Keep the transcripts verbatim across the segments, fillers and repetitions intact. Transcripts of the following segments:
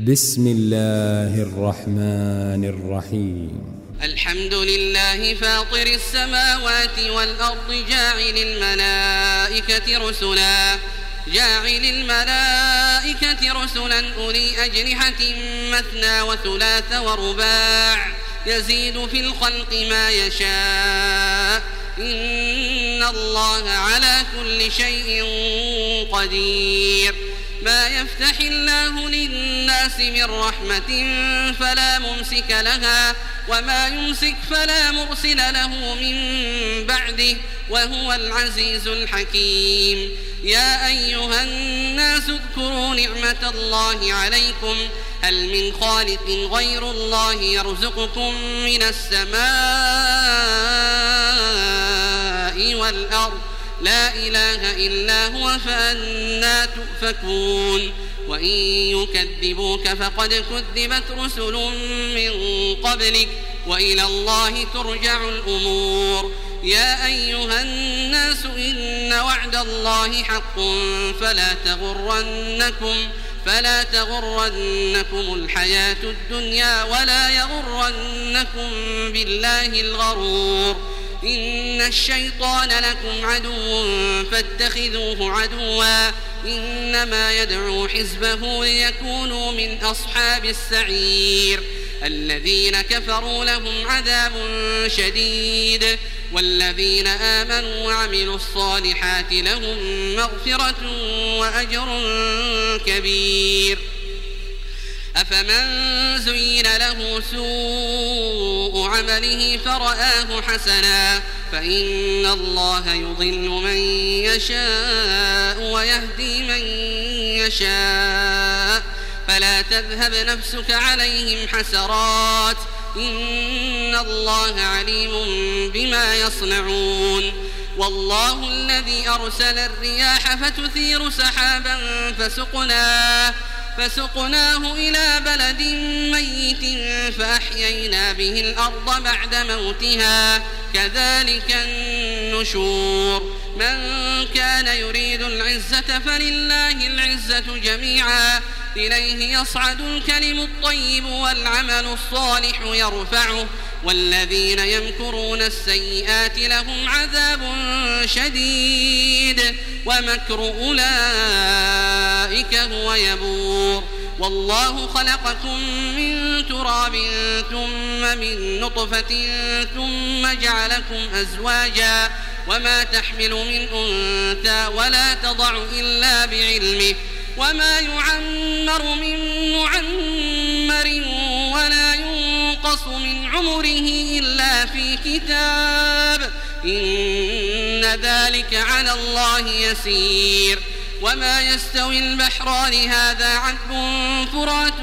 بسم الله الرحمن الرحيم. الحمد لله فاطر السماوات والأرض جاعل الملائكة رسلا جاعل الملائكة رسلا أولي أجنحة مثنى وثلاث ورباع يزيد في الخلق ما يشاء إن الله على كل شيء قدير. ما يفتح الله للناس من رحمة فلا ممسك لها وما يمسك فلا مرسل له من بعده وهو العزيز الحكيم. يا أيها الناس اذكروا نعمة الله عليكم هل من خالق غير الله يرزقكم من السماء والأرض لا إله إلا هو فأنى تؤفكون. وإن يكذبوك فقد كذبت رسل من قبلك وإلى الله ترجع الأمور. يا أيها الناس إن وعد الله حق فلا تغرنكم فلا تغرنكم الحياة الدنيا ولا يغرنكم بالله الغرور. إن الشيطان لكم عدو فاتخذوه عدوا إنما يدعو حزبه ليكونوا من أصحاب السعير. الذين كفروا لهم عذاب شديد والذين آمنوا وعملوا الصالحات لهم مغفرة وأجر كبير. أفمن زين له سوء عمله فرآه حسنا فإن الله يضل من يشاء ويهدي من يشاء فلا تذهب نفسك عليهم حسرات إن الله عليم بما يصنعون. والله الذي أرسل الرياح فتثير سحابا فسقناه فسقناه إلى بلد ميت فأحيينا به الأرض بعد موتها كذلك النشور. من كان يريد العزة فلله العزة جميعا إليه يصعد الكلم الطيب والعمل الصالح يرفعه والذين يمكرون السيئات لهم عذاب شديد ومكر أولئك هو يبور. والله خلقكم من تراب ثم من نطفة ثم جعلكم أزواجا وما تحمل من أنثى ولا تضع إلا بعلمه وما يعمر من معمر ولا ينقص من عمره إلا في كتاب إن ذلك على الله يسير. وما يستوي البحران هذا عذب فرات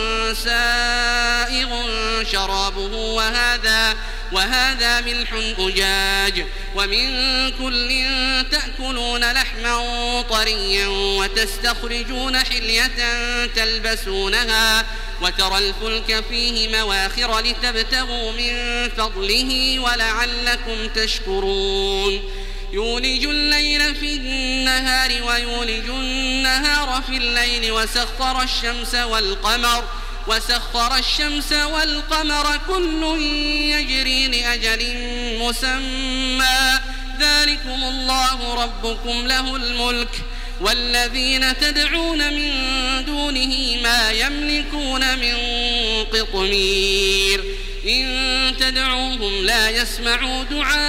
سائغ شرابه وهذا وهذا ملح أجاج ومن كل تأكلون لحما طريا وتستخرجون حلية تلبسونها وترى الفلك فيه مواخر لتبتغوا من فضله ولعلكم تشكرون. يولج الليل في النهار ويولج النهار في الليل وسخر الشمس والقمر وسخر الشمس والقمر كل يجري لأجل مسمى ذلكم الله ربكم له الملك والذين تدعون من دونه ما يملكون من قطمير. إن تدعوهم لا يسمعوا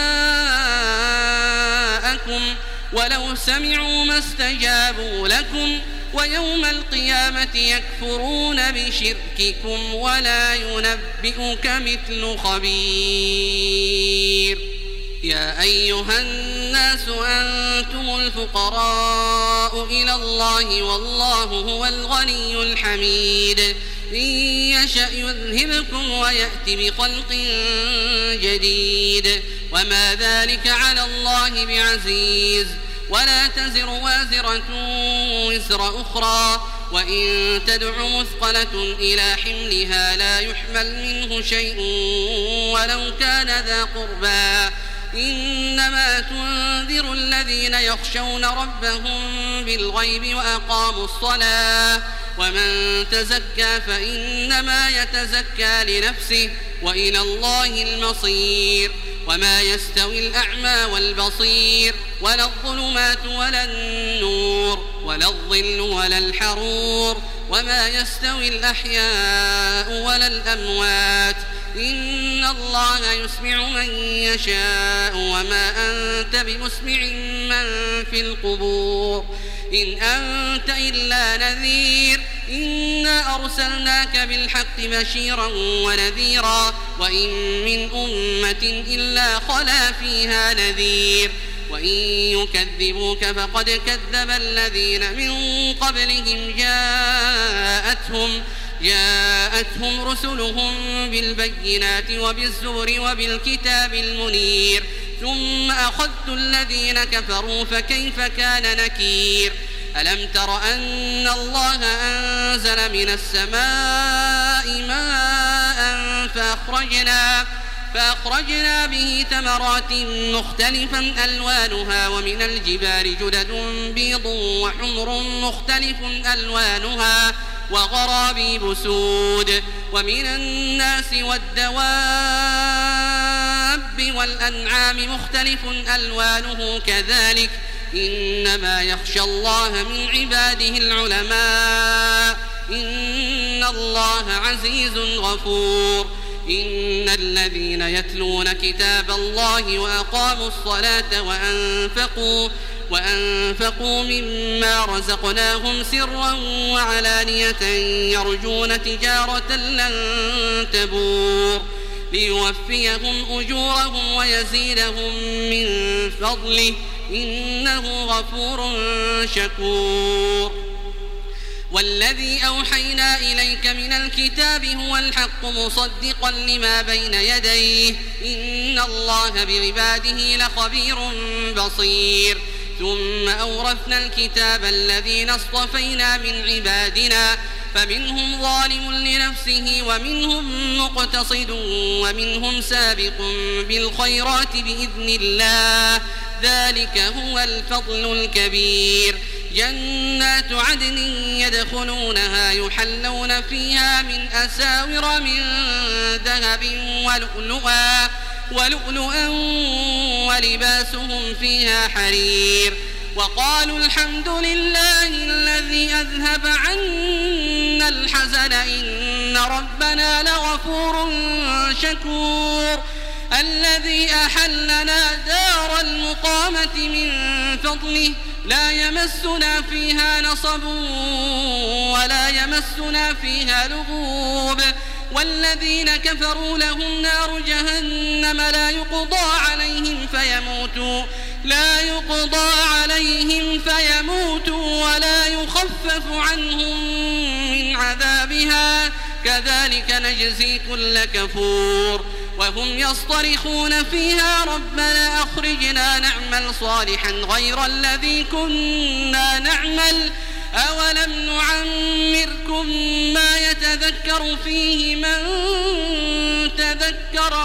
دعاءكم ولو سمعوا ما استجابوا لكم ويوم القيامة يكفرون بشرككم ولا ينبئك مثل خبير. يا أيها الناس أنتم الفقراء إلى الله والله هو الغني الحميد. إن يشأ يذهبكم ويأت بخلق جديد وما ذلك على الله بعزيز. ولا تزر وازرة وزر أخرى وإن تدع مثقلة إلى حملها لا يحمل منه شيء ولو كان ذا قربى إنما تنذر الذين يخشون ربهم بالغيب وأقاموا الصلاة ومن تزكى فإنما يتزكى لنفسه وإلى الله المصير وما يستوي الأعمى والبصير ولا الظلمات ولا النور ولا الظل ولا الحرور وما يستوي الأحياء ولا الأموات إن الله يسمع من يشاء وما أنت بمسمع من في القبور إن أنت إلا نذير إنا أرسلناك بالحق بشيرا ونذيرا وإن من أمة إلا خلا فيها نذير وإن يكذبوك فقد كذب الذين من قبلهم جاءتهم جاءتهم رسلهم بالبينات وبالزبر وبالكتاب المنير ثم أخذت الذين كفروا فكيف كان نكير ألم تر أن الله أنزل من السماء ماء فأخرجنا فأخرجنا به ثمرات مختلفا ألوانها ومن الجبال جدد بيض وحمر مختلف ألوانها وغرابيب سود ومن الناس والدواب والأنعام مختلف ألوانه كذلك إنما يخشى الله من عباده العلماء إن الله عزيز غفور إن الذين يتلون كتاب الله وأقاموا الصلاة وأنفقوا وأنفقوا مما رزقناهم سرا وعلانية يرجون تجارة لن تبور ليوفيهم أجورهم ويزيدهم من فضله إنه غفور شكور والذي أوحينا إليك من الكتاب هو الحق مصدقا لما بين يديه إن الله بعباده لخبير بصير ثم أورثنا الكتاب الذين اصطفينا من عبادنا فمنهم ظالم لنفسه ومنهم مقتصد ومنهم سابق بالخيرات بإذن الله ذلك هو الفضل الكبير جنات عدن يدخلونها يحلون فيها من أساور من ذهب ولؤلؤا ولؤلؤا ولباسهم فيها حرير وقالوا الحمد لله الذي أذهب عنا الحزن إن ربنا لغفور شكور الذي أحلنا دار المقامة من فضله لا يمسنا فيها نصب ولا يمسنا فيها لغوب والذين كفروا لهم نار جهنم لا يقضى عليهم فيموتوا لا يقضى عليهم فيموتوا ولا يخفف عنهم من عذابها كذلك نجزي كل كفور وهم يصطرخون فيها ربنا أخرجنا نعمل صالحا غير الذي كنا نعمل أولم نعمركم ما يتذكر فيه من تذكر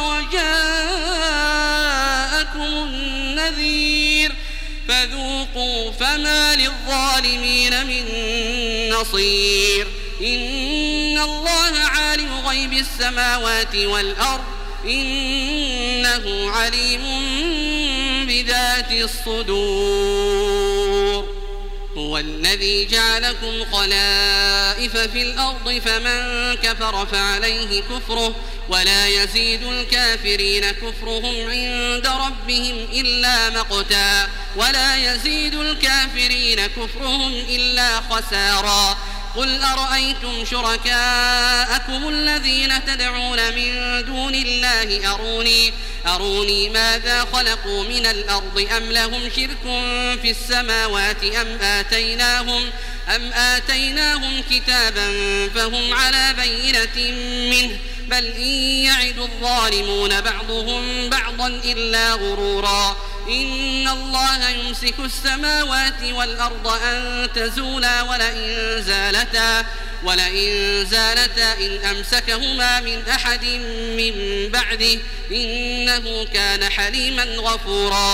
وجاءكم النذير فذوقوا فما للظالمين من نصير إن الله عالم غيب السماوات والأرض إنه عليم بذات الصدور هو الذي جعلكم خلائف في الأرض فمن كفر فعليه كفره ولا يزيد الكافرين كفرهم عند ربهم إلا مقتا ولا يزيد الكافرين كفرهم إلا خسارا قل أرأيتم شركاءكم الذين تدعون من دون الله أروني أروني ماذا خلقوا من الأرض أم لهم شرك في السماوات أم آتيناهم أم آتيناهم كتابا فهم على بينة منه بل إن يعد الظالمون بعضهم بعضا إلا غرورا إن الله يمسك السماوات والأرض أن تزولا ولئن زالتا ولئن زالتا إن أمسكهما من أحد من بعده إنه كان حليما غفورا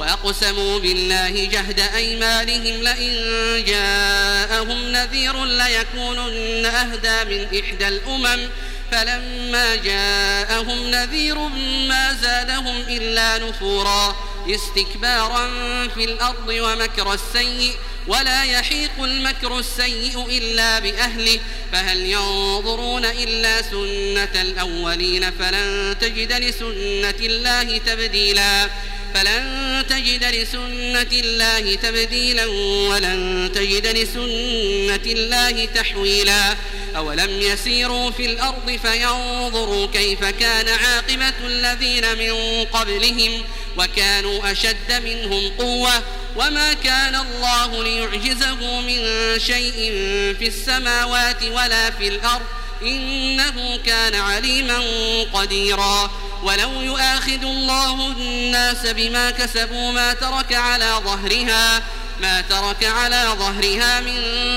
وأقسموا بالله جهد أيمانهم لئن جاءهم نذير ليكونن أهدى من إحدى الأمم فلما جاءهم نذير ما زادهم إلا نفورا استكبارا في الأرض ومكر السيء ولا يحيق المكر السيء إلا بأهله فهل ينظرون إلا سنة الأولين فلن تجد لسنة الله تبديلا فلن تجد لسنة الله تبديلا ولن تجد لسنة الله تحويلا أولم يسيروا في الأرض فينظروا كيف كان عاقبة الذين من قبلهم وكانوا أشد منهم قوة وما كان الله ليعجزه من شيء في السماوات ولا في الأرض إنه كان عليما قديرا ولو يؤاخذ الله الناس بما كسبوا ما ترك على ظهرها ما ترك على ظهرها من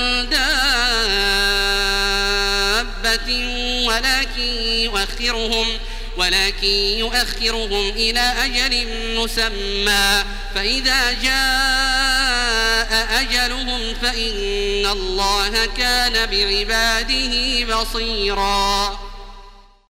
دابة ولكن يؤخرهم ولكن يؤخرهم إلى أجل مسمى فإذا جاء أجلهم فإن الله كان بعباده بصيرا.